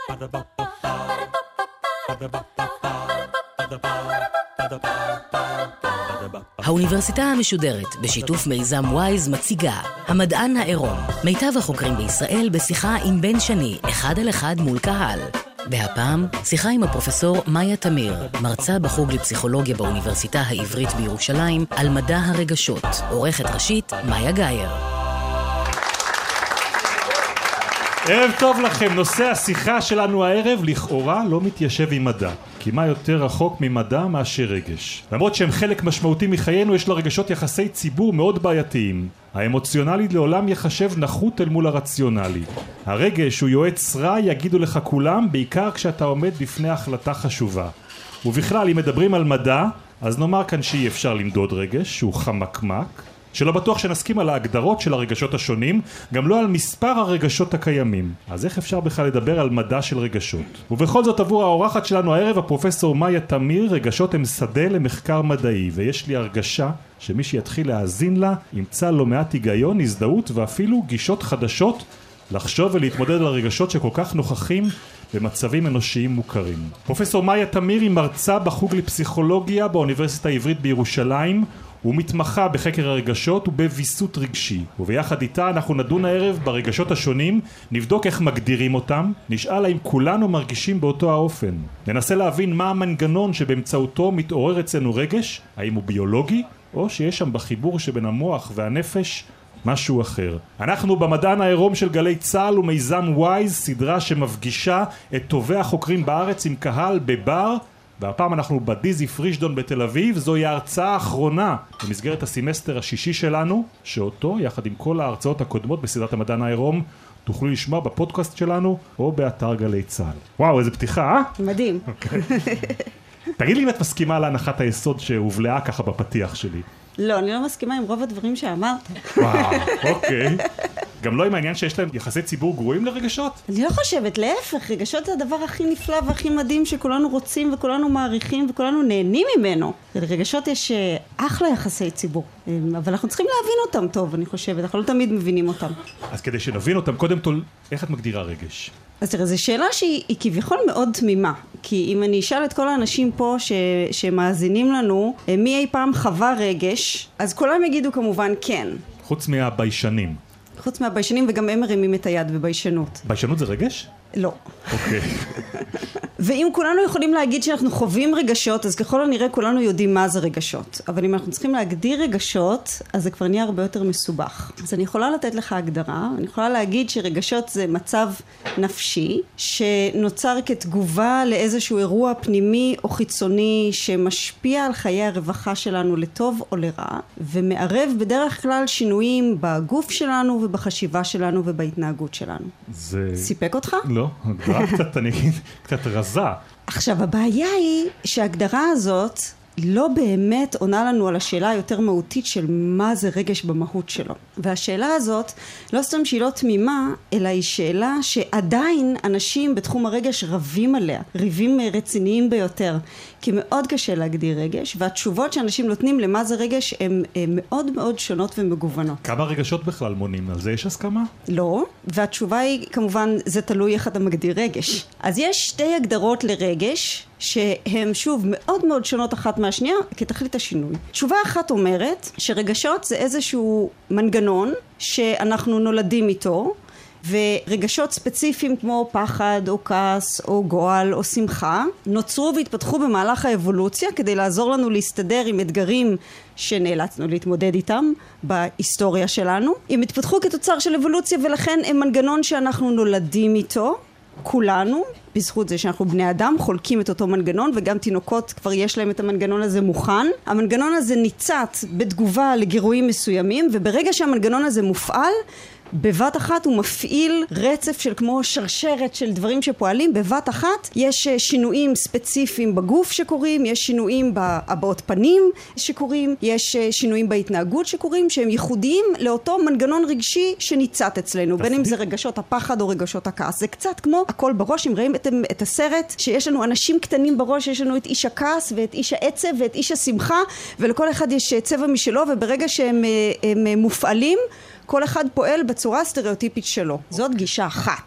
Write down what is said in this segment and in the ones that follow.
האוניברסיטה המשודרת בשיתוף מיזם וויז מציגה המדען העירום, מיטב החוקרים בישראל בשיחה עם בן שני, אחד על אחד מול קהל. והפעם שיחה עם הפרופסור מאיה תמיר, מרצה בחוג לפסיכולוגיה באוניברסיטה העברית בירושלים, על מדע הרגשות. עורכת ראשית מאיה גייר. ערב טוב לכם. נושא השיחה שלנו הערב לכאורה לא מתיישב עם מדע, כי מה יותר רחוק ממדע מאשר רגש. למרות שהם חלק משמעותי מחיינו, יש לרגשות יחסי ציבור מאוד בעייתיים. האמוציונלי לעולם יחשב נחות אל מול הרציונלי. הרגש הוא יועץ רע, יגידו לך כולם, בעיקר כשאתה עומד בפני החלטה חשובה. ובכלל, אם מדברים על מדע, אז נאמר כאן שאי אפשר למדוד רגש, שהוא חמקמק, שלא בטוח שנסכים על ההגדרות של הרגשות השונים, גם לא על מספר הרגשות הקיימים. אז איך אפשר בכלל לדבר על מדע של רגשות? ובכל זאת, עבור האורחת שלנו הערב, הפרופסור מאיה תמיר, רגשות הם שדה למחקר מדעי, ויש לי הרגשה שמי שיתחיל להאזין לה ימצא לא מעט היגיון, הזדהות ואפילו גישות חדשות לחשוב ולהתמודד על הרגשות שכל כך נוכחים במצבים אנושיים מוכרים. פרופסור מאיה תמיר היא מרצה בחוג לפסיכולוגיה באוניברסיטה העברית בירושלים, הוא מתמחה בחקר הרגשות ובוויסות רגשי, וביחד איתה אנחנו נדון הערב ברגשות השונים, נבדוק איך מגדירים אותם, נשאל האם כולנו מרגישים באותו האופן, ננסה להבין מה המנגנון שבאמצעותו מתעורר אצלנו רגש, האם הוא ביולוגי, או שיש שם בחיבור שבין המוח והנפש משהו אחר. אנחנו במדען העירום של גלי צהל ומיזם וויז, סדרה שמפגישה את טובי החוקרים בארץ עם קהל בבר, והפעם אנחנו בדיזי פרישדון בתל אביב. זוהי ההרצאה האחרונה במסגרת הסמסטר השישי שלנו, שאותו, יחד עם כל ההרצאות הקודמות בסדרת המדען העירום, תוכלו לשמוע בפודקאסט שלנו או באתר גלי צהל. וואו, איזה פתיחה, אה? מדהים. תגיד לי אם את מסכימה להנחת היסוד שהובלעה ככה בפתיח שלי. לא, אני לא מסכימה עם רוב הדברים שאמרת. וואו, אוקיי. גם לא עם העניין שיש להם יחסי ציבור גרועים לרגשות? אני לא חושבת, להפך, רגשות זה הדבר הכי נפלא והכי מדהים שכולנו רוצים וכולנו מעריכים וכולנו נהנים ממנו. לרגשות יש אחלה יחסי ציבור, אבל אנחנו צריכים להבין אותם טוב, אני חושבת, אנחנו לא תמיד מבינים אותם. אז כדי שנבין אותם, קודם כל, איך את מגדירה רגש? אז תראה, זו שאלה שהיא כביכול מאוד תמימה, כי אם אני אשאל את כל האנשים פה שמאזינים לנו, מי אי פעם חווה רגש, אז כולם יגידו כמובן כן. חוץ מהביישנים. חוץ מהביישנים, וגם הם מרימים את היד בביישנות. ביישנות זה רגש? לא. אוקיי. ואם כולנו יכולים להגיד שאנחנו חווים רגשות, אז ככל הנראה כולנו יודעים מה זה רגשות. אבל אם אנחנו צריכים להגדיר רגשות, אז זה כבר נהיה הרבה יותר מסובך. אז אני יכולה לתת לך הגדרה, אני יכולה להגיד שרגשות זה מצב נפשי, שנוצר כתגובה לאיזשהו אירוע פנימי או חיצוני, שמשפיע על חיי הרווחה שלנו לטוב או לרע, ומערב בדרך כלל שינויים בגוף שלנו ובחשיבה שלנו ובהתנהגות שלנו. זה... סיפק אותך? לא, הגדרה קצת, אני אגיד, קצת רזה. עכשיו, הבעיה היא שההגדרה הזאת לא באמת עונה לנו על השאלה היותר מהותית של מה זה רגש במהות שלו. והשאלה הזאת, לא סתם שהיא לא תמימה, אלא היא שאלה שעדיין אנשים בתחום הרגש רבים עליה, ריבים רציניים ביותר, כי מאוד קשה להגדיר רגש, והתשובות שאנשים נותנים למה זה רגש הן מאוד מאוד שונות ומגוונות. כמה רגשות בכלל מונים? על זה יש הסכמה? לא, והתשובה היא כמובן, זה תלוי איך אתה מגדיר רגש. אז יש שתי הגדרות לרגש, שהן שוב מאוד מאוד שונות אחת מהשנייה כתכלית השינוי. תשובה אחת אומרת שרגשות זה איזשהו מנגנון שאנחנו נולדים איתו, ורגשות ספציפיים כמו פחד או כעס או גועל או שמחה נוצרו והתפתחו במהלך האבולוציה כדי לעזור לנו להסתדר עם אתגרים שנאלצנו להתמודד איתם בהיסטוריה שלנו. הם התפתחו כתוצר של אבולוציה ולכן הם מנגנון שאנחנו נולדים איתו, כולנו, בזכות זה שאנחנו בני אדם חולקים את אותו מנגנון, וגם תינוקות כבר יש להם את המנגנון הזה מוכן. המנגנון הזה ניצת בתגובה לגירויים מסוימים, וברגע שהמנגנון הזה מופעל, בבת אחת הוא מפעיל רצף של כמו שרשרת של דברים שפועלים. בבת אחת יש שינויים ספציפיים בגוף שקורים, יש שינויים בהבעות פנים שקורים, יש שינויים בהתנהגות שקורים, שהם ייחודיים לאותו מנגנון רגשי שניצת אצלנו, בין אם זה רגשות הפחד או רגשות הכעס. זה קצת כמו הכל בראש. אם ראים את הסרט שיש לנו אנשים קטנים בראש, יש לנו את איש הכעס ואת איש העצב ואת איש השמחה, ולכל אחד יש צבע משלו, וברגע שהם מופעלים כל אחד פועל בצורה הסטריאוטיפית שלו. זאת גישה אחת.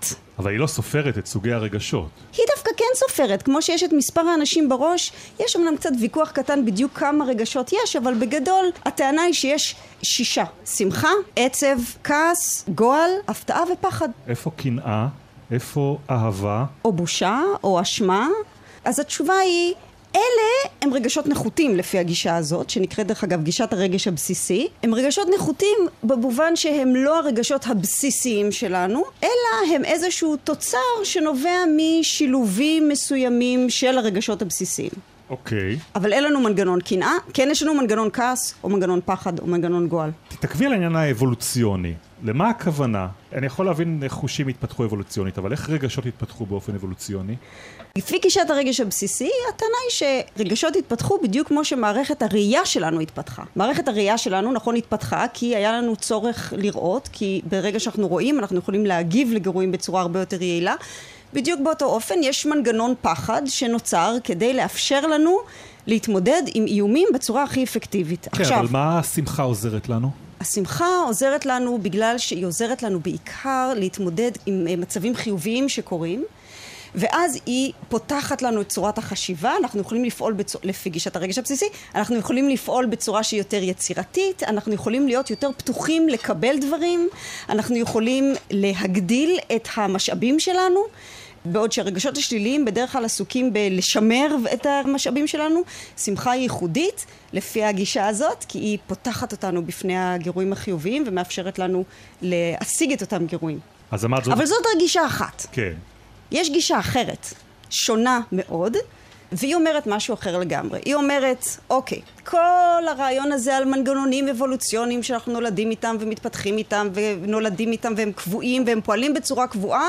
אבל היא לא סופרת את סוגי הרגשות. היא דווקא כן סופרת, כמו שיש את מספר האנשים בראש, יש אמנם קצת ויכוח קטן בדיוק כמה רגשות יש, אבל בגדול הטענה היא שיש 6. שמחה, עצב, כעס, גועל, הפתעה ופחד. איפה קנאה? איפה אהבה? או בושה, או אשמה. אז התשובה היא, אלה הם רגשות נחותים לפי הגישה הזאת, שנקראת דרך אגב גישת הרגש הבסיסי. הם רגשות נחותים במובן שהם לא הרגשות הבסיסיים שלנו, אלא הם איזשהו תוצר שנובע משילובים מסוימים של הרגשות הבסיסיים. אוקיי. אבל אין לנו מנגנון קנאה, כן יש לנו מנגנון כעס, או מנגנון פחד, או מנגנון גועל. תתעכבי על העניין האבולוציוני. למה הכוונה? אני יכול להבין איך חושים התפתחו אבולוציונית, אבל איך רגשות התפתחו באופן אבולוציוני? לפי גישת הרגש הבסיסי, הטענה היא שרגשות התפתחו בדיוק כמו שמערכת הראייה שלנו התפתחה. מערכת הראייה שלנו, נכון, התפתחה כי היה לנו צורך לראות, כי ברגע שאנחנו רואים אנחנו יכולים להגיב לגירויים בצורה הרבה יותר יעילה. בדיוק באותו אופן יש מנגנון פחד שנוצר כדי לאפשר לנו להתמודד עם איומים בצורה הכי אפקטיבית. כן, עכשיו, אבל מה השמחה עוזרת לנו? השמחה עוזרת לנו בגלל שהיא עוזרת לנו בעיקר להתמודד עם מצבים חיוביים שקורים, ואז היא פותחת לנו את צורת החשיבה. אנחנו יכולים לפעול לפי גישת הרגש הבסיסי, אנחנו יכולים לפעול בצורה שהיא יותר יצירתית, אנחנו יכולים להיות יותר פתוחים לקבל דברים, אנחנו יכולים להגדיל את המשאבים שלנו, בעוד שהרגשות השליליים בדרך כלל עסוקים בלשמר את המשאבים שלנו. שמחה היא ייחודית לפי הגישה הזאת, כי היא פותחת אותנו בפני הגירויים החיוביים ומאפשרת לנו להשיג את אותם גירויים. אז אמרת זאת... אבל זאת הגישה אחת. כן. יש גישה אחרת, שונה מאוד, והיא אומרת משהו אחר לגמרי. היא אומרת, אוקיי, כל הרעיון הזה על מנגנונים אבולוציוניים שאנחנו נולדים איתם ומתפתחים איתם ונולדים איתם והם קבועים והם פועלים בצורה קבועה,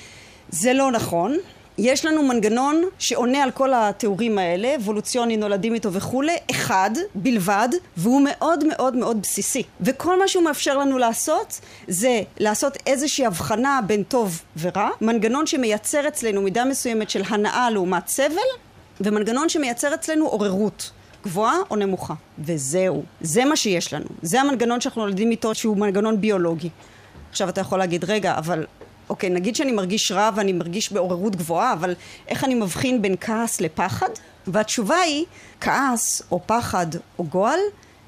זה לא נכון. יש לנו מנגנון שעונה על כל התיאורים האלה, אבולוציוני, נולדים איתו וכולי, אחד בלבד, והוא מאוד מאוד מאוד בסיסי. וכל מה שהוא מאפשר לנו לעשות, זה לעשות איזושהי הבחנה בין טוב ורע, מנגנון שמייצר אצלנו מידה מסוימת של הנאה לעומת סבל, ומנגנון שמייצר אצלנו עוררות, גבוהה או נמוכה. וזהו, זה מה שיש לנו. זה המנגנון שאנחנו נולדים איתו, שהוא מנגנון ביולוגי. עכשיו אתה יכול להגיד, רגע, אבל... אוקיי, נגיד שאני מרגיש רע ואני מרגיש בעוררות גבוהה, אבל איך אני מבחין בין כעס לפחד? והתשובה היא, כעס או פחד או גועל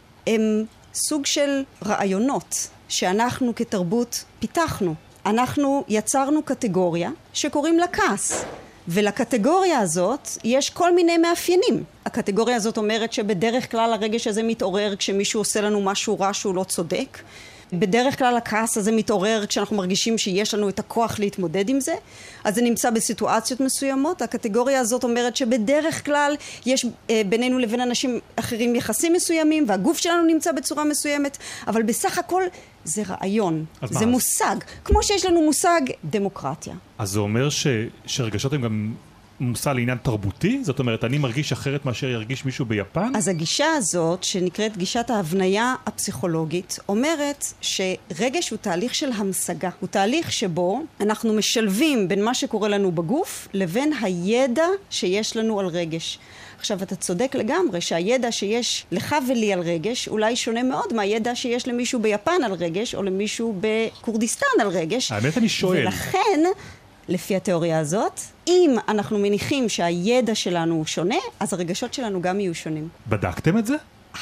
הם סוג של רעיונות שאנחנו כתרבות פיתחנו. אנחנו יצרנו קטגוריה שקוראים לה כעס. ולקטגוריה הזאת יש כל מיני מאפיינים. הקטגוריה הזאת אומרת שבדרך כלל הרגש הזה מתעורר כשמישהו עושה לנו משהו רע שהוא לא צודק. בדרך כלל הכעס הזה מתעורר כשאנחנו מרגישים שיש לנו את הכוח להתמודד עם זה, אז זה נמצא בסיטואציות מסוימות. הקטגוריה הזאת אומרת שבדרך כלל יש בינינו לבין אנשים אחרים יחסים מסוימים, והגוף שלנו נמצא בצורה מסוימת, אבל בסך הכל זה רעיון, זה מושג, כמו שיש לנו מושג דמוקרטיה. אז זה אומר שרגשות הם גם מושא לעניין תרבותי? זאת אומרת, אני מרגיש אחרת מאשר ירגיש מישהו ביפן? אז הגישה הזאת, שנקראת גישת ההבניה הפסיכולוגית, אומרת שרגש הוא תהליך של המשגה. הוא תהליך שבו אנחנו משלבים בין מה שקורה לנו בגוף לבין הידע שיש לנו על רגש. עכשיו, אתה צודק לגמרי שהידע שיש לך ולי על רגש אולי שונה מאוד מהידע שיש למישהו ביפן על רגש או למישהו בקורדיסטן על רגש. האמת אני שואל. ולכן... לפי התיאוריה הזאת, אם אנחנו מניחים שהידע שלנו הוא שונה, אז הרגשות שלנו גם יהיו שונים. בדקתם את זה?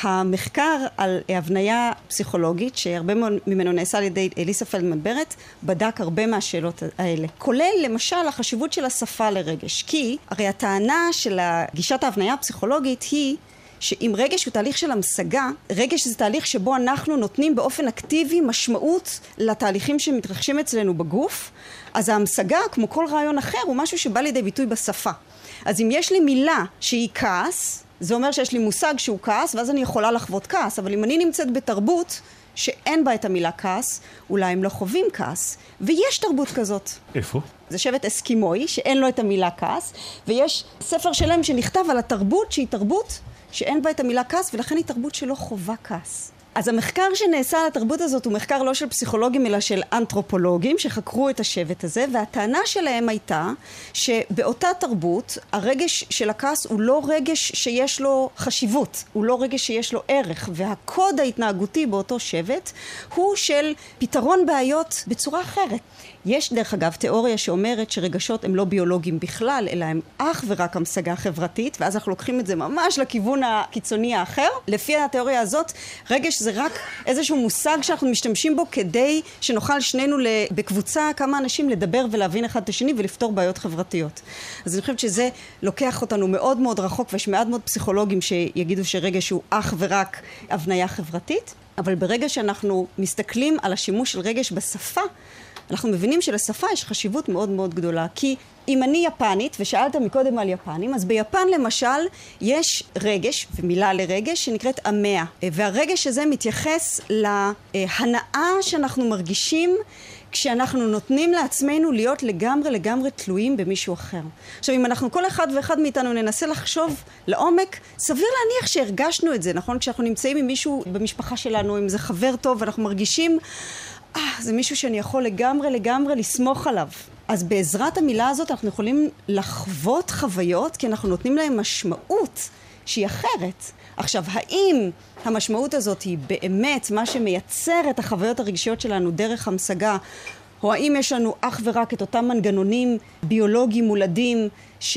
המחקר על הבניה פסיכולוגית, שהרבה ממנו נעשה על ידי אליסה פלדמן ברט, בדק הרבה מהשאלות האלה. כולל למשל החשיבות של השפה לרגש. כי הרי הטענה של גישת ההבניה הפסיכולוגית היא שאם רגש הוא תהליך של המשגה, רגש זה תהליך שבו אנחנו נותנים באופן אקטיבי משמעות לתהליכים שמתרחשים אצלנו בגוף, אז ההמשגה, כמו כל רעיון אחר, הוא משהו שבא לידי ביטוי בשפה. אז אם יש לי מילה שהיא כעס, זה אומר שיש לי מושג שהוא כעס, ואז אני יכולה לחוות כעס, אבל אם אני נמצאת בתרבות שאין בה את המילה כעס, אולי הם לא חווים כעס, ויש תרבות כזאת. איפה? זה שבט אסקימוי, שאין לו את המילה כעס, ויש ספר שלם שנכתב על התרבות שהיא תרבות שאין בה את המילה כעס, ולכן היא תרבות שלא חובה כעס. אז המחקר שנעשה על התרבות הזאת הוא מחקר לא של פסיכולוגים אלא של אנתרופולוגים שחקרו את השבט הזה, והטענה שלהם הייתה שבאותה תרבות הרגש של הכעס הוא לא רגש שיש לו חשיבות, הוא לא רגש שיש לו ערך, והקוד ההתנהגותי באותו שבט הוא של פתרון בעיות בצורה אחרת. יש דרך אגב תיאוריה שאומרת שרגשות הם לא ביולוגיים בכלל, אלא הם אך ורק המשגה חברתית, ואז אנחנו לוקחים את זה ממש לכיוון הקיצוני האחר. לפי התיאוריה הזאת, רגש זה רק איזשהו מושג שאנחנו משתמשים בו כדי שנוכל שנינו בקבוצה כמה אנשים לדבר ולהבין אחד את השני ולפתור בעיות חברתיות. אז אני חושבת שזה לוקח אותנו מאוד מאוד רחוק, ויש מעט מאוד פסיכולוגים שיגידו שרגש הוא אך ורק הבניה חברתית, אבל ברגע שאנחנו מסתכלים על השימוש של רגש בשפה, אנחנו מבינים שלשפה יש חשיבות מאוד מאוד גדולה, כי אם אני יפנית, ושאלת מקודם על יפנים, אז ביפן למשל יש רגש, ומילה לרגש, שנקראת אמאה, והרגש הזה מתייחס להנאה שאנחנו מרגישים כשאנחנו נותנים לעצמנו להיות לגמרי תלויים במישהו אחר. עכשיו, אם אנחנו כל אחד ואחד מאיתנו ננסה לחשוב לעומק, סביר להניח שהרגשנו את זה, נכון? כשאנחנו נמצאים עם מישהו במשפחה שלנו, אם זה חבר טוב, ואנחנו מרגישים, זה מישהו שאני יכול לגמרי לסמוך עליו. אז בעזרת המילה הזאת אנחנו יכולים לחוות חוויות, כי אנחנו נותנים להם משמעות שהיא אחרת. עכשיו, האם המשמעות הזאת היא באמת מה שמייצר את החוויות הרגשיות שלנו דרך המשגה, או האם יש לנו אך ורק את אותם מנגנונים ביולוגיים מולדים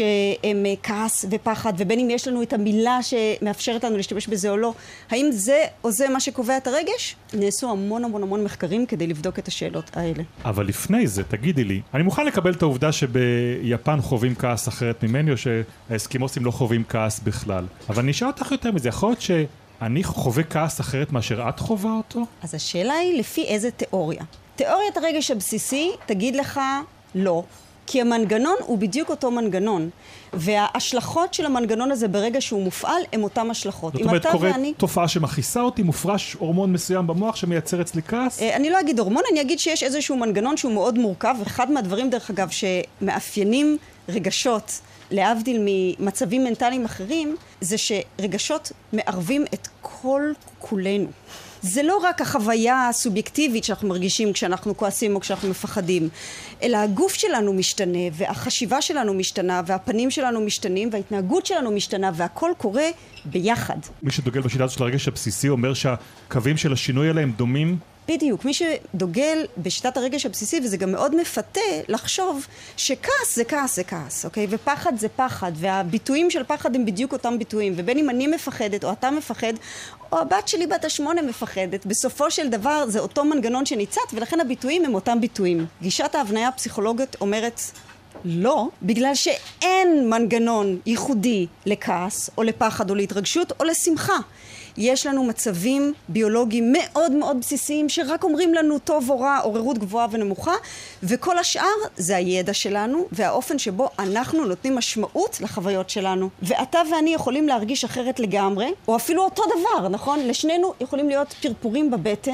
שהם כעס ופחד, ובין אם יש לנו את המילה שמאפשרת לנו להשתמש בזה או לא, האם זה או זה מה שקובע את הרגש? נעשו המון מחקרים כדי לבדוק את השאלות האלה. אבל לפני זה, תגידי לי, אני מוכן לקבל את העובדה שביפן חווים כעס אחרת ממני, או שהאסקימוסים לא חווים כעס בכלל. אבל אני אשאל אותך יותר מזה, יכול להיות שאני חווה כעס אחרת מאשר את חווה אותו? אז השאלה היא לפי איזה תיאוריה. תיאוריית הרגש הבסיסי תגיד לך לא, כי המנגנון הוא בדיוק אותו מנגנון, וההשלכות של המנגנון הזה ברגע שהוא מופעל הם אותם השלכות. זאת אומרת, קורית תופעה שמכעיסה אותי, מופרש הורמון מסוים במוח שמייצר אצלי כעס? אני לא אגיד הורמון, אני אגיד שיש איזשהו מנגנון שהוא מאוד מורכב, ואחד מהדברים דרך אגב שמאפיינים רגשות להבדיל ממצבים מנטליים אחרים, זה שרגשות מערבים את כל כולנו. זה לא רק החוויה הסובייקטיבית שאנחנו מרגישים כשאנחנו כועסים או כשאנחנו מפחדים, אלא הגוף שלנו משתנה, והחשיבה שלנו משתנה, והפנים שלנו משתנים, וההתנהגות שלנו משתנה, והכל קורה ביחד. מי שדוגל בשיטה של הרגש הבסיסי אומר שהקווים של השינוי האלה הם דומים? בדיוק, מי שדוגל בשיטת הרגש הבסיסי, וזה גם מאוד מפתה לחשוב שכעס זה כעס זה כעס, אוקיי? ופחד זה פחד, והביטויים של פחד הם בדיוק אותם ביטויים, ובין אם אני מפחדת או אתה מפחד, או הבת שלי בת 8 מפחדת, בסופו של דבר זה אותו מנגנון שניצת, ולכן הביטויים הם אותם ביטויים. גישת ההבניה הפסיכולוגית אומרת לא, בגלל שאין מנגנון ייחודי לכעס, או לפחד, או להתרגשות, או לשמחה. יש לנו מצבים ביולוגיים מאוד מאוד בסיסיים שרק אומרים לנו טוב או רע, עוררות גבוהה ונמוכה, וכל השאר זה הידע שלנו והאופן שבו אנחנו נותנים משמעות לחוויות שלנו. ואתה ואני יכולים להרגיש אחרת לגמרי, או אפילו אותו דבר, נכון? לשנינו יכולים להיות פרפורים בבטן,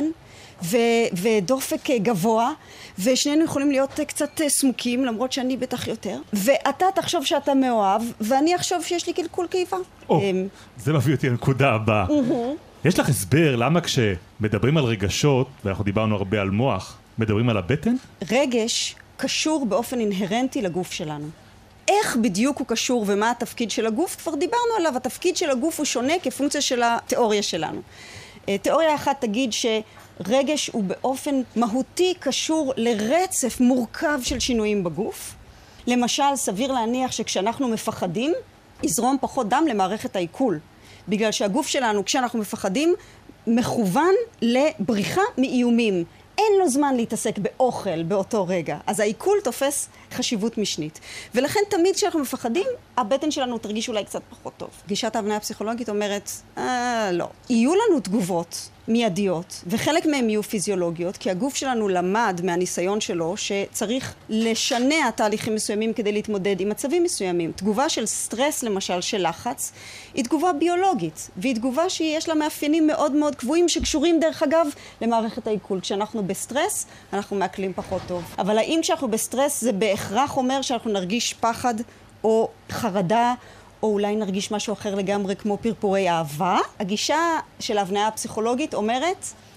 ודופק גבוה, ושנינו יכולים להיות קצת סמוקים, למרות שאני בטח יותר, ואתה תחשוב שאתה מאוהב, ואני אחשוב שיש לי קלקול קיבה. זה מביא אותי לנקודה הבאה. יש לך הסבר למה כשמדברים על רגשות, ואנחנו דיברנו הרבה על מוח, מדברים על הבטן? רגש קשור באופן אינהרנטי לגוף שלנו. איך בדיוק הוא קשור ומה התפקיד של הגוף? כבר דיברנו עליו, התפקיד של הגוף הוא שונה כפונקציה של התיאוריה שלנו. תיאוריה אחת תגיד רגש הוא באופן מהותי קשור לרצף מורכב של שינויים בגוף. למשל, סביר להניח שכשאנחנו מפחדים, יזרום פחות דם למערכת העיכול. בגלל שהגוף שלנו, כשאנחנו מפחדים, מכוון לבריחה מאיומים. אין לו זמן להתעסק באוכל באותו רגע. אז העיכול תופס חשיבות משנית. ולכן תמיד כשאנחנו מפחדים, הבטן שלנו תרגיש אולי קצת פחות טוב. גישת ההבניה הפסיכולוגית אומרת, לא. יהיו לנו תגובות מיידיות, וחלק מהן יהיו פיזיולוגיות, כי הגוף שלנו למד מהניסיון שלו שצריך לשנע תהליכים מסוימים כדי להתמודד עם מצבים מסוימים. תגובה של סטרס, למשל, של לחץ, היא תגובה ביולוגית, והיא תגובה שיש לה מאפיינים מאוד מאוד קבועים, שקשורים דרך אגב למערכת העיכול. כשאנחנו בסטרס, אנחנו מעכלים פחות טוב. אבל האם כשאנחנו בסטרס זה בהכרח אומר שאנחנו נרגיש פחד או חרדה, או אולי נרגיש משהו אחר לגמרי כמו פרפורי אהבה? הגישה של ההבניה הפסיכולוגית אומרת,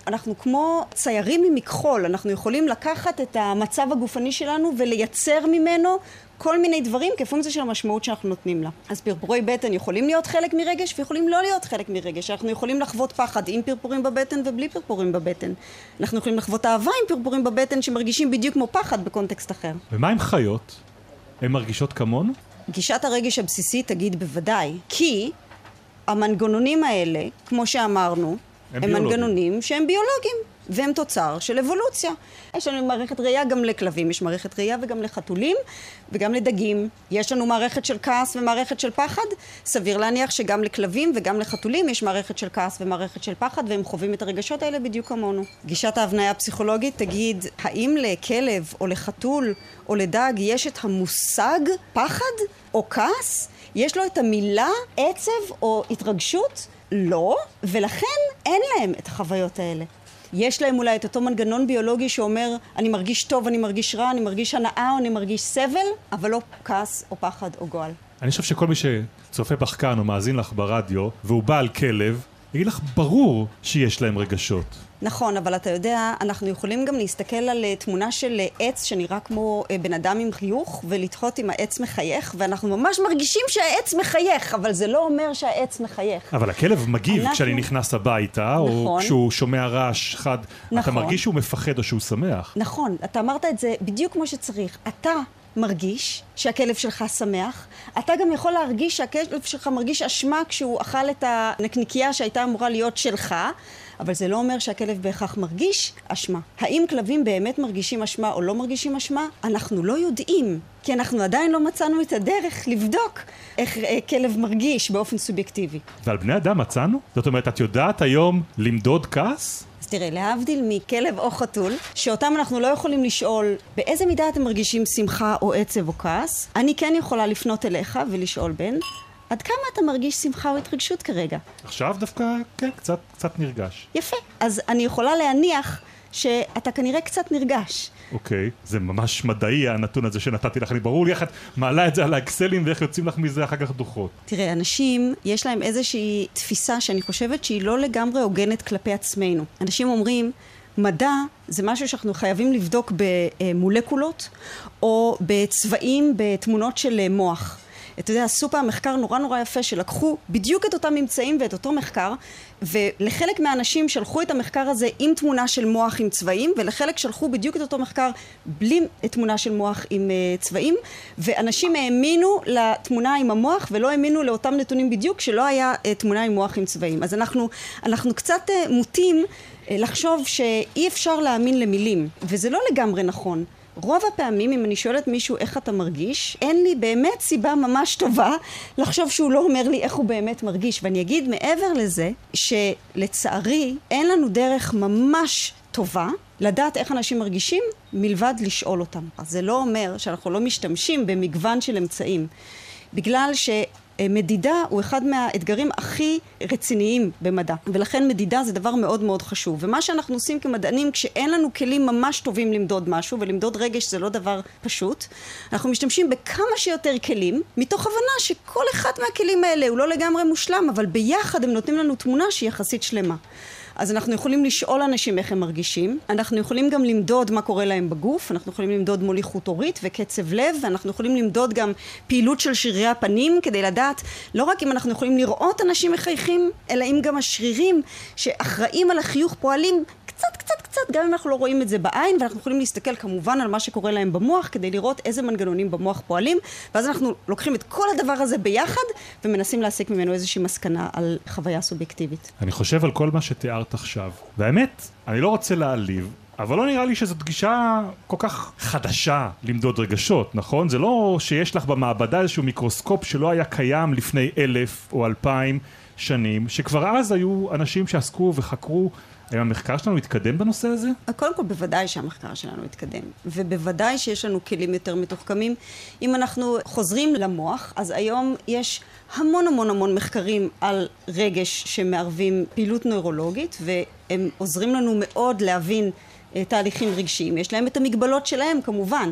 אנחנו כמו ציירים ממכחול, אנחנו יכולים לקחת את המצב הגופני שלנו ולייצר ממנו כל מיני דברים כפונקציה של המשמעות שאנחנו נותנים לה. אז פרפורי בטן יכולים להיות חלק מרגש ויכולים לא להיות חלק מרגש. אנחנו יכולים לחוות פחד עם פרפורים בבטן ובלי פרפורים בבטן. אנחנו יכולים לחוות אהבה עם פרפורים בבטן שמרגישים בדיוק כמו פחד בקונטקסט אחר. ומה עם חיות? הן מרגישות כמונו? גישת הרגש הבסיסית תגיד בוודאי, כי המנגנונים האלה, כמו שאמרנו, הם מנגנונים שהם ביולוגיים. והם תוצר של אבולוציה. יש לנו מערכת ראייה גם לכלבים, יש מערכת ראייה וגם לחתולים וגם לדגים. יש לנו מערכת של כעס ומערכת של פחד. סביר להניח שגם לכלבים וגם לחתולים יש מערכת של כעס ומערכת של פחד, והם חווים את הרגשות האלה בדיוק כמונו. גישת ההבניה הפסיכולוגית תגיד, האם לכלב או לחתול או לדג יש את המושג פחד או כעס? יש לו את המילה עצב או התרגשות? לא, ולכן אין להם את החוויות האלה. יש להם אולי את אותו מנגנון ביולוגי שאומר, אני מרגיש טוב, אני מרגיש רע, אני מרגיש הנאה, אני מרגיש סבל, אבל לא כעס או פחד או גועל. אני חושב שכל מי שצופה בך כאן או מאזין לך ברדיו, והוא בעל כלב, יגיד לך ברור שיש להם רגשות. נכון, אבל אתה יודע, אנחנו יכולים גם להסתכל על תמונה של עץ שנראה כמו בן אדם עם חיוך, ולדחות אם העץ מחייך, ואנחנו ממש מרגישים שהעץ מחייך, אבל זה לא אומר שהעץ מחייך. אבל הכלב מגיב כשאני נכנס הביתה, או כשהוא שומע רעש חד, אתה מרגיש שהוא מפחד או שהוא שמח. נכון, אתה אמרת את זה בדיוק כמו שצריך. אתה מרגיש שהכלב שלך שמח, אתה גם יכול להרגיש שהכלב שלך מרגיש אשמה כשהוא אכל את הנקניקייה שהייתה אמורה להיות שלך, אבל זה לא אומר שהכלב בהכרח מרגיש אשמה. האם כלבים באמת מרגישים אשמה או לא מרגישים אשמה? אנחנו לא יודעים, כי אנחנו עדיין לא מצאנו את הדרך לבדוק איך כלב מרגיש באופן סובייקטיבי. ועל בני אדם מצאנו? זאת אומרת, את יודעת היום למדוד כעס? אז תראה, להבדיל מכלב או חתול, שאותם אנחנו לא יכולים לשאול באיזה מידה אתם מרגישים שמחה או עצב או כעס, אני כן יכולה לפנות אליך ולשאול בן, עד כמה אתה מרגיש שמחה או התרגשות כרגע? עכשיו דווקא, כן, קצת נרגש. יפה. אז אני יכולה להניח שאתה כנראה קצת נרגש. אוקיי, זה ממש מדעי הנתון הזה שנתתי לך. אני ברור לי איך את מעלה את זה על האקסלים ואיך יוצאים לך מזה אחר כך דוחות. תראה, אנשים, יש להם איזושהי תפיסה שאני חושבת שהיא לא לגמרי הוגנת כלפי עצמנו. אנשים אומרים, מדע זה משהו שאנחנו חייבים לבדוק במולקולות או בצבעים, בתמונות של מוח. אתה יודע, עשו פעם מחקר נורא יפה שלקחו בדיוק את אותם ממצאים ואת אותו מחקר, ולחלק מהאנשים שלחו את המחקר הזה עם תמונה של מוח עם צבעים, ולחלק שלחו בדיוק את אותו מחקר בלי תמונה של מוח עם צבעים, ואנשים האמינו לתמונה עם המוח ולא האמינו לאותם נתונים בדיוק שלא היה תמונה עם מוח עם צבעים. אז אנחנו קצת מוטים לחשוב שאי אפשר להאמין למילים, וזה לא לגמרי נכון. רוב הפעמים, אם אני שואלת מישהו איך אתה מרגיש, אין לי באמת סיבה ממש טובה לחשוב שהוא לא אומר לי איך הוא באמת מרגיש. ואני אגיד מעבר לזה, שלצערי אין לנו דרך ממש טובה לדעת איך אנשים מרגישים מלבד לשאול אותם. אז זה לא אומר שאנחנו לא משתמשים במגוון של אמצעים. בגלל מדידה הוא אחד מהאתגרים הכי רציניים במדע, ולכן מדידה זה דבר מאוד מאוד חשוב. ומה שאנחנו עושים כמדענים, כשאין לנו כלים ממש טובים למדוד משהו, ולמדוד רגש זה לא דבר פשוט, אנחנו משתמשים בכמה שיותר כלים, מתוך הבנה שכל אחד מהכלים האלה הוא לא לגמרי מושלם, אבל ביחד הם נותנים לנו תמונה שהיא יחסית שלמה. אז אנחנו יכולים לשאול אנשים איך הם מרגישים, אנחנו יכולים גם למדוד מה קורה להם בגוף, אנחנו יכולים למדוד מוליכות הורית וקצב לב, ואנחנו יכולים למדוד גם פעילות של שרירי הפנים, כדי לדעת לא רק אם אנחנו יכולים לראות אנשים מחייכים, אלא אם גם השרירים שאחראים על החיוך פועלים קצת, גם אם אנחנו לא רואים את זה בעין, ואנחנו יכולים להסתכל כמובן על מה שקורה להם במוח, כדי לראות איזה מנגנונים במוח פועלים, ואז אנחנו לוקחים את כל הדבר הזה ביחד, ומנסים להסיק ממנו איזושהי מסקנה על חוויה סובייקטיבית. אני חושב על כל מה שתיארת עכשיו, והאמת, אני לא רוצה להעליב, אבל לא נראה לי שזאת גישה כל כך חדשה למדוד רגשות, נכון? זה לא שיש לך במעבדה איזשהו מיקרוסקופ שלא היה קיים לפני 1,000 או 2,000 שנים, שכבר אז היו אנשים שעסקו וחקרו. האם המחקר שלנו התקדם בנושא הזה? קודם כל, בוודאי שהמחקר שלנו התקדם, ובוודאי שיש לנו כלים יותר מתוחכמים. אם אנחנו חוזרים למוח, אז היום יש המון מחקרים על רגש שמערבים פעילות נוירולוגית, והם עוזרים לנו מאוד להבין תהליכים רגשיים. יש להם את המגבלות שלהם כמובן,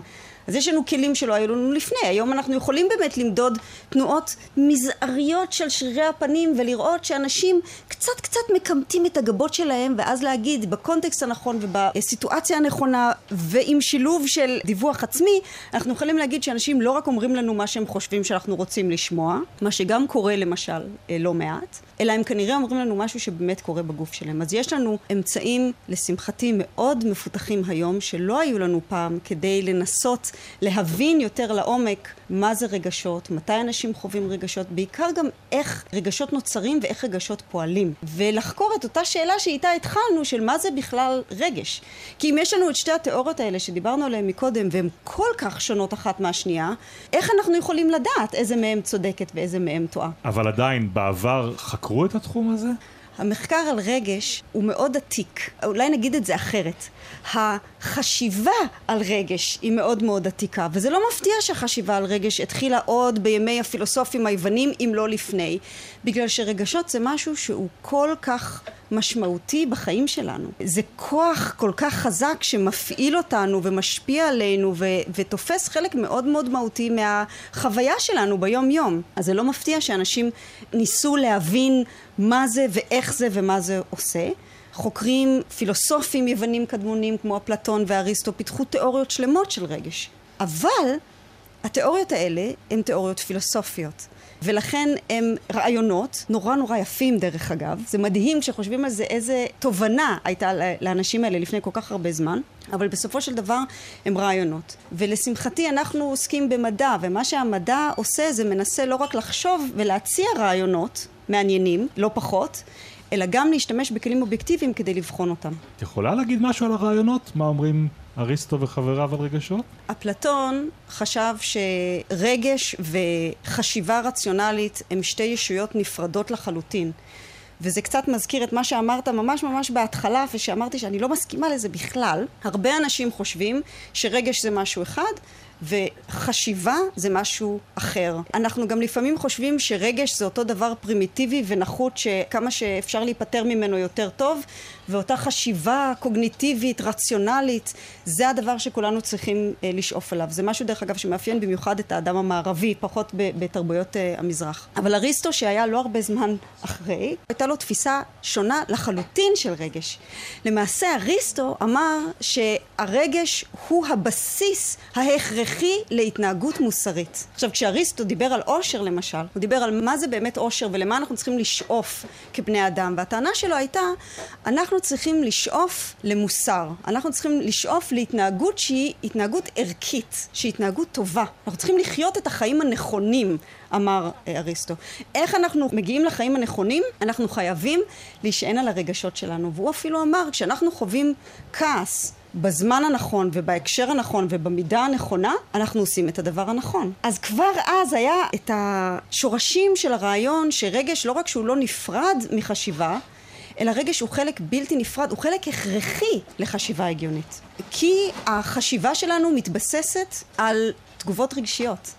אז יש לנו כלים שלא היו לנו לפני. היום אנחנו יכולים באמת למדוד תנועות מזעריות של שרירי הפנים ולראות שאנשים קצת מקמטים את הגבות שלהם, ואז להגיד בקונטקסט הנכון ובסיטואציה הנכונה ועם שילוב של דיווח עצמי, אנחנו יכולים להגיד שאנשים לא רק אומרים לנו מה שהם חושבים שאנחנו רוצים לשמוע, מה שגם קורה למשל לא מעט, אלא הם כנראה אומרים לנו משהו שבאמת קורה בגוף שלהם. אז יש לנו אמצעים לשמחתי מאוד מפותחים היום שלא היו לנו פעם, כדי לנסות להבין יותר לעומק מה זה רגשות, מתי אנשים חווים רגשות, בעיקר גם איך רגשות נוצרים ואיך רגשות פועלים, ולחקור את אותה שאלה שאיתה התחלנו של מה זה בכלל רגש. כי אם יש לנו את שתי התיאוריות האלה שדיברנו עליהן מקודם והן כל כך שונות אחת מהשנייה, איך אנחנו יכולים לדעת איזה מהם צודקת ואיזה מהם טועה? אבל עדיין בעבר חקרו את התחום הזה? המחקר על רגש הוא מאוד עתיק. אולי נגיד את זה אחרת. החשיבה על רגש היא מאוד מאוד עתיקה, וזה לא מפתיע שהחשיבה על רגש התחילה עוד בימי הפילוסופים היוונים, אם לא לפני, בגלל שרגשות זה משהו שהוא כל כך משמעותי בחיים שלנו. זה כוח כל כך חזק שמפעיל אותנו ומשפיע עלינו ותופס חלק מאוד מאוד מהותי מהחוויה שלנו ביום יום. אז זה לא מפתיע שאנשים ניסו להבין מה זה ואיך זה ומה זה עושה. חוקרים פילוסופים יוונים קדמונים כמו אפלטון ואריסטו פיתחו תיאוריות שלמות של רגש. אבל התיאוריות האלה הן תיאוריות פילוסופיות. ולכן הם רעיונות נורא יפים דרך אגב. זה מדהים כשחושבים על זה איזה תובנה הייתה לאנשים האלה לפני כל כך הרבה זמן. אבל בסופו של דבר הם רעיונות. ולשמחתי אנחנו עוסקים במדע, ומה שהמדע עושה זה מנסה לא רק לחשוב ולהציע רעיונות מעניינים, לא פחות, אלא גם להשתמש בכלים אובייקטיביים כדי לבחון אותם. את יכולה להגיד משהו על הרעיונות? מה אומרים אריסטו וחבריו על רגשות? אפלטון חשב שרגש וחשיבה רציונלית הם שתי ישויות נפרדות לחלוטין. וזה קצת מזכיר את מה שאמרת ממש בהתחלה, ושאמרתי שאני לא מסכימה לזה בכלל. הרבה אנשים חושבים שרגש זה משהו אחד, וחשיבה זה משהו אחר. אנחנו גם לפעמים חושבים שרגש זה אותו דבר פרימיטיבי ונחות שכמה שאפשר להיפטר ממנו יותר טוב, ואותה חשיבה קוגניטיבית, רציונלית, זה הדבר שכולנו צריכים לשאוף עליו. זה משהו דרך אגב שמאפיין במיוחד את האדם המערבי, פחות בתרבויות המזרח. אבל אריסטו שהיה לא הרבה זמן אחרי, הייתה לו תפיסה שונה לחלוטין של רגש. למעשה אריסטו אמר שהרגש הוא הבסיס ההכרחי להתנהגות מוסרית. עכשיו כשאריסטו דיבר על אושר למשל, הוא דיבר על מה זה באמת אושר ולמה אנחנו צריכים לשאוף כבני אדם, והטענה שלו הייתה, אנחנו צריכים לשאוף למוסר, אנחנו צריכים לשאוף להתנהגות שהיא התנהגות ערכית, שהיא התנהגות טובה. אנחנו צריכים לחיות את החיים הנכונים, אמר אריסטו. איך אנחנו מגיעים לחיים הנכונים? אנחנו חייבים להישען על הרגשות שלנו. והוא אפילו אמר, כשאנחנו חווים כעס בזמן הנכון ובהקשר הנכון ובמידה הנכונה, אנחנו עושים את הדבר הנכון. אז כבר אז היה את השורשים של הרעיון שרגש לא רק שהוא לא נפרד מחשיבה, אלא רגש הוא חלק בלתי נפרד, הוא חלק הכרחי לחשיבה הגיונית. כי החשיבה שלנו מתבססת על תגובות רגשיות.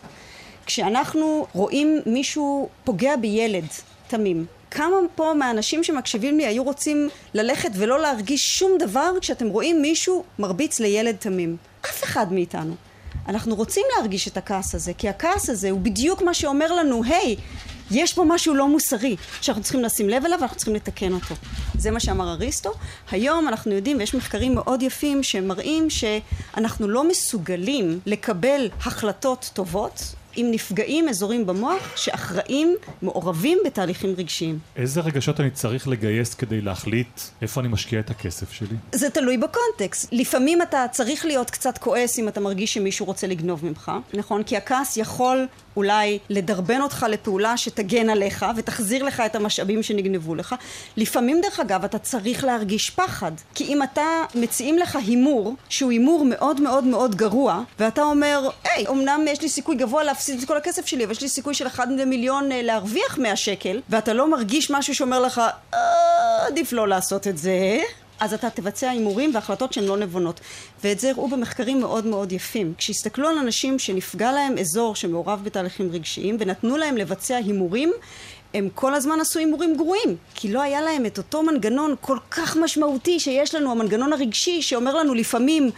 כשאנחנו רואים מישהו פוגע בילד תמים, כמה פה מהאנשים שמקשיבים לי היו רוצים ללכת ולא להרגיש שום דבר כשאתם רואים מישהו מרביץ לילד תמים? אף אחד מאיתנו. אנחנו רוצים להרגיש את הכעס הזה, כי הכעס הזה הוא בדיוק מה שאומר לנו, היי, יש פה משהו לא מוסרי, שאנחנו צריכים לשים לב אליו ואנחנו צריכים לתקן אותו. זה מה שאמר אריסטו. היום אנחנו יודעים, ויש מחקרים מאוד יפים שמראים שאנחנו לא מסוגלים לקבל החלטות טובות, אם נפגעים אזורים במוח שאחראים, מעורבים בתהליכים רגשיים. איזה רגשות אני צריך לגייס כדי להחליט איפה אני משקיע את הכסף שלי? זה תלוי בקונטקסט. לפעמים אתה צריך להיות קצת כועס אם אתה מרגיש שמישהו רוצה לגנוב ממך, נכון? כי הכעס יכול אולי לדרבן אותך לפעולה שתגן עליך ותחזיר לך את המשאבים שנגנבו לך. לפעמים דרך אגב אתה צריך להרגיש פחד, כי אם אתה מציעים לך הימור שהוא הימור מאוד מאוד מאוד גרוע, ואתה אומר, היי, אמנם יש לי סיכוי גבוה להפסיד את כל הכסף שלי, אבל יש לי סיכוי של 1 מיליון להרוויח 100 שקל, ואתה לא מרגיש משהו שאומר לך, עדיף לא לעשות את זה, אז אתה תבצע הימורים והחלטות שהן לא נבונות. ואת זה הראו במחקרים מאוד מאוד יפים. כשהסתכלו על אנשים שנפגע להם אזור שמעורב בתהליכים רגשיים, ונתנו להם לבצע הימורים, הם כל הזמן עשו הימורים גרועים, כי לא היה להם את אותו מנגנון כל כך משמעותי שיש לנו, המנגנון הרגשי שאומר לנו לפעמים,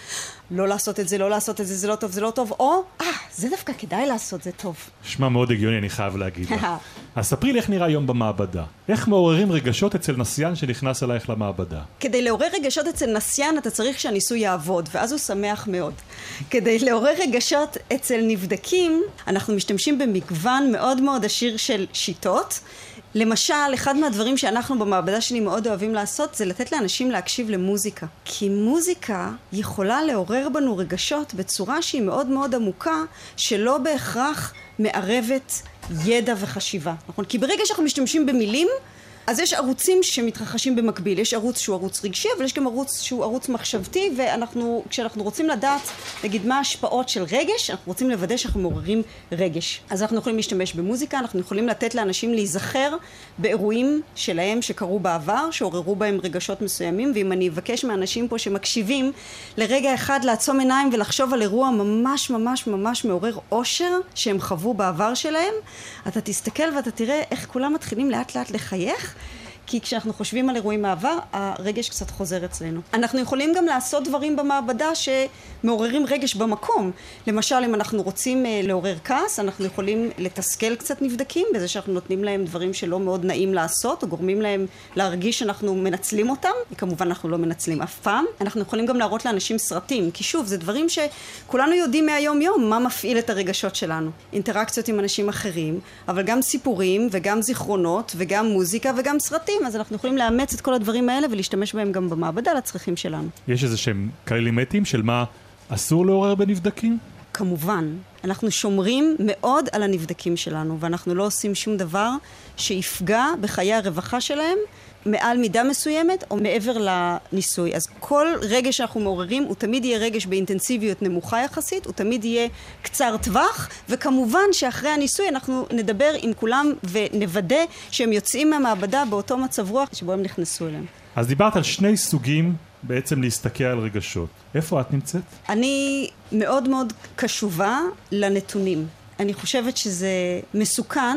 לא לעשות את זה, לא לעשות את זה, זה לא טוב, זה לא טוב, או, זה דווקא כדאי לעשות, זה טוב. שמע מאוד הגיוני, אני חייב להגיד לך. אז ספרי לי איך נראה היום במעבדה. איך מעוררים רגשות אצל נסיין שנכנס אלייך למעבדה? כדי לעורר רגשות אצל נסיין אתה צריך שהניסוי יעבוד, ואז הוא שמח מאוד. כדי לעורר רגשות אצל נבדקים, אנחנו משתמשים במגוון מאוד מאוד עשיר של שיטות. למשל, אחד מהדברים שאנחנו במעבדה שלי מאוד אוהבים לעשות, זה לתת לאנשים להקשיב למוזיקה. כי מוזיקה יכולה לעורר בנו רגשות בצורה שהיא מאוד מאוד עמוקה, שלא בהכרח מערבת ידע וחשיבה. נכון? כי ברגע שאנחנו משתמשים במילים, אז יש ערוצים שמתרחשים במקביל. יש ערוץ שהוא ערוץ רגשי, אבל יש גם ערוץ שהוא ערוץ מחשבתי, כשאנחנו רוצים לדעת, נגיד, מה ההשפעות של רגש, אנחנו רוצים לוודא שאנחנו מעוררים רגש. אז אנחנו יכולים להשתמש במוזיקה, אנחנו יכולים לתת לאנשים להיזכר באירועים שלהם שקרו בעבר, שעוררו בהם רגשות מסוימים, ואם אני אבקש מאנשים פה שמקשיבים, לרגע אחד לעצום עיניים ולחשוב על אירוע ממש ממש ממש מעורר אושר שהם חוו בעבר שלהם, אתה תסתכל ואתה תראה איך כולם מתחילים לאט לאט לחייך, כי כשאנחנו חושבים על אירועים מעבר, הרגש קצת חוזר אצלנו. אנחנו יכולים גם לעשות דברים במעבדה שמעוררים רגש במקום. למשל, אם אנחנו רוצים לעורר כעס, אנחנו יכולים לתסכל קצת נבדקים, בזה שאנחנו נותנים להם דברים שלא מאוד נעים לעשות, או גורמים להם להרגיש שאנחנו מנצלים אותם. כמובן, אנחנו לא מנצלים אף פעם. אנחנו יכולים גם להראות לאנשים סרטים, כי שוב, זה דברים שכולנו יודעים מהיום יום, מה מפעיל את הרגשות שלנו. אינטראקציות עם אנשים אחרים, אבל גם סיפורים, וגם זיכרונות, וגם מוזיקה, וגם סרטים. אז אנחנו יכולים לאמץ את כל הדברים האלה ולהשתמש בהם גם במעבדה לצרכים שלנו. יש איזה שהם כללים אתיים של מה אסור לעורר בנבדקים? כמובן. אנחנו שומרים מאוד על הנבדקים שלנו, ואנחנו לא עושים שום דבר שיפגע בחיי הרווחה שלהם מעל מידה מסוימת או מעבר לניסוי. אז כל רגש שאנחנו מעוררים הוא תמיד יהיה רגש באינטנסיביות נמוכה יחסית, הוא תמיד יהיה קצר טווח, וכמובן שאחרי הניסוי אנחנו נדבר עם כולם ונוודא שהם יוצאים מהמעבדה באותו מצב רוח שבו הם נכנסו אליהם. אז דיברת על שני סוגים בעצם להסתכל על רגשות. איפה את נמצאת? אני מאוד מאוד קשובה לנתונים. אני חושבת שזה מסוכן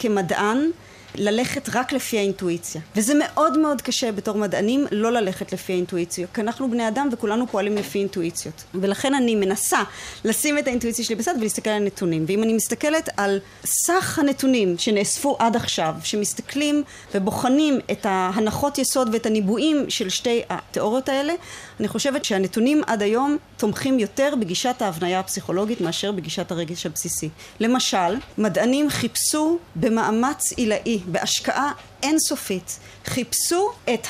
כמדען ללכת רק לפי האינטואיציה. וזה מאוד מאוד קשה בתור מדענים לא ללכת לפי האינטואיציה, כי אנחנו בני אדם וכולנו פועלים לפי אינטואיציות. ולכן אני מנסה לשים את האינטואיציה שלי בצד ולהסתכל על הנתונים. ואם אני מסתכלת על סך הנתונים שנאספו עד עכשיו, שמסתכלים ובוחנים את ההנחות יסוד ואת הניבויים של שתי התיאוריות האלה, אני חושבת שהנתונים עד היום תומכים יותר בגישת ההבניה הפסיכולוגית מאשר בגישת הרגש הבסיסי. למשל, מדענים חיפשו במאמץ עילאי, בהשקעה אינסופית, חיפשו את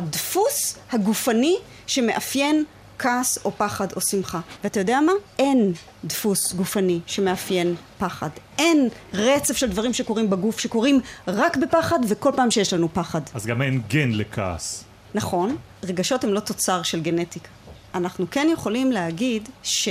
הדפוס הגופני שמאפיין כעס או פחד או שמחה. ואתה יודע מה? אין דפוס גופני שמאפיין פחד. אין רצף של דברים שקורים בגוף שקורים רק בפחד וכל פעם שיש לנו פחד. אז גם אין גן לכעס. נכון, רגשות הם לא תוצר של גנטיקה. אנחנו כן יכולים להגיד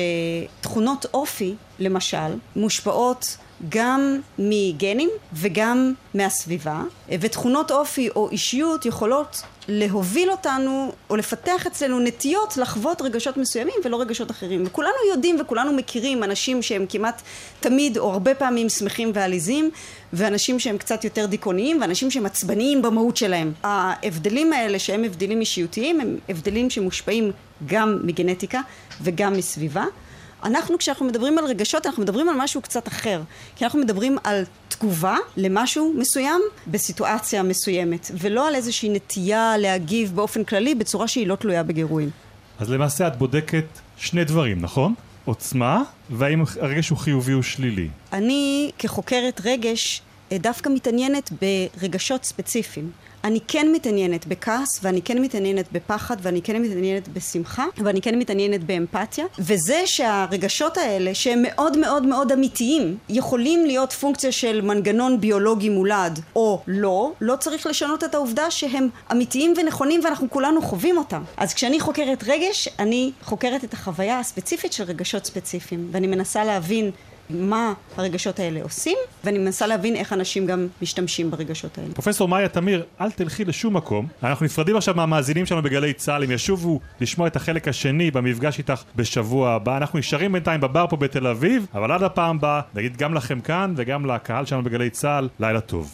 שתכונות אופי, למשל, מושפעות גם מגנים וגם מהסביבה, ותכונות אופי או אישיות יכולות להוביל אותנו או לפתח אצלנו נטיות לחוות רגשות מסוימים ולא רגשות אחרים. וכולנו יודעים וכולנו מכירים אנשים שהם כמעט תמיד או הרבה פעמים שמחים ועליזים, ואנשים שהם קצת יותר דיכאוניים, ואנשים שהם עצבניים במהות שלהם. ההבדלים האלה שהם הבדלים אישיותיים הם הבדלים שמושפעים גם מגנטיקה וגם מסביבה. אנחנו כשאנחנו מדברים על רגשות אנחנו מדברים על משהו קצת אחר, כי אנחנו מדברים על תגובה למשהו מסוים בסיטואציה מסוימת, ולא על איזושהי נטייה להגיב באופן כללי בצורה שהיא לא תלויה בגירויים. אז למעשה את בודקת שני דברים, נכון? עוצמה, והאם הרגש הוא חיובי או שלילי. אני כחוקרת רגש דווקא מתעניינת ברגשות ספציפיים. אני כן מתעניינת בכעס, ואני כן מתעניינת בפחד, ואני כן מתעניינת בשמחה, ואני כן מתעניינת באמפתיה. וזה שהרגשות האלה, שהם מאוד מאוד מאוד אמיתיים, יכולים להיות פונקציה של מנגנון ביולוגי מולד, או לא, לא צריך לשנות את העובדה שהם אמיתיים ונכונים, ואנחנו כולנו חווים אותם. אז כשאני חוקרת רגש, אני חוקרת את החוויה הספציפית של רגשות ספציפיים, ואני מנסה להבין מה הרגשות האלה עושים, ואני מנסה להבין איך אנשים גם משתמשים ברגשות האלה. פרופסור מאיה תמיר, אל תלכי לשום מקום. אנחנו נפרדים עכשיו מהמאזינים שלנו בגלי צה"ל, הם ישובו לשמוע את החלק השני במפגש איתך בשבוע הבא. אנחנו נשארים בינתיים בבר פה בתל אביב, אבל עד הפעם הבאה, נגיד גם לכם כאן וגם לקהל שלנו בגלי צה"ל, לילה טוב.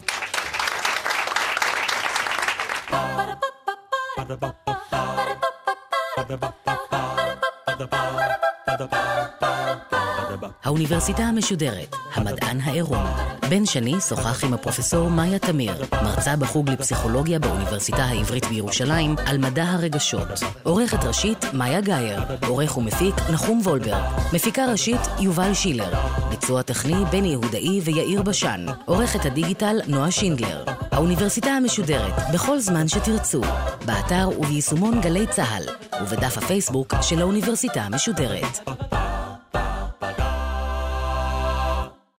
Ba-da-ba-ba-ba האוניברסיטה המשודרת, המדען העירום. בן שני שוחח עם הפרופסור מאיה תמיר, מרצה בחוג לפסיכולוגיה באוניברסיטה העברית בירושלים, על מדע הרגשות. עורכת ראשית מאיה גייר, עורך ומפיק נחום וולברג, מפיקה ראשית יובל שילר, ביצוע טכני בני יהודאי ויאיר בשן, עורכת הדיגיטל נועה שינדלר. האוניברסיטה המשודרת, בכל זמן שתרצו, באתר וביישומון גלי צהל, ובדף הפייסבוק של האוניברסיטה המשודרת.